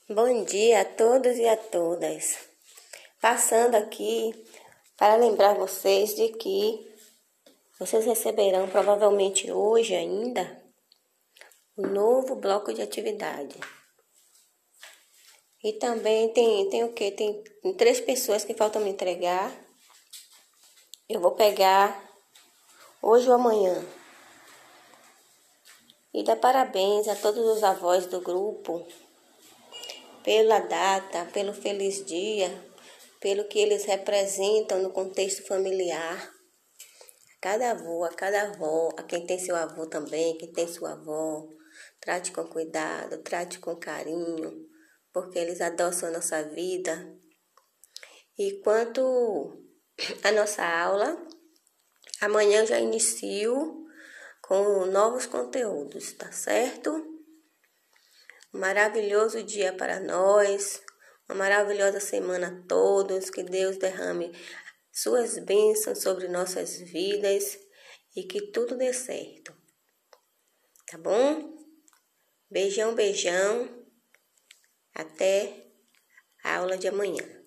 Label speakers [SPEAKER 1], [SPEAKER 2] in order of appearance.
[SPEAKER 1] Bom dia a todos e a todas. Passando aqui para lembrar vocês de que vocês receberão provavelmente hoje ainda um novo bloco de atividade. E também tem o quê? Tem 3 pessoas que faltam me entregar. Eu vou pegar hoje ou amanhã. E dar parabéns a todos os avós do grupo pela data, pelo feliz dia, pelo que eles representam no contexto familiar. Cada avô, a cada avó, a quem tem seu avô também, quem tem sua avó, trate com cuidado, trate com carinho, porque eles adoçam a nossa vida. E quanto à nossa aula, amanhã eu já inicio com novos conteúdos, tá certo? Um maravilhoso dia para nós, uma maravilhosa semana a todos, que Deus derrame suas bênçãos sobre nossas vidas e que tudo dê certo, tá bom? Beijão, beijão, até a aula de amanhã.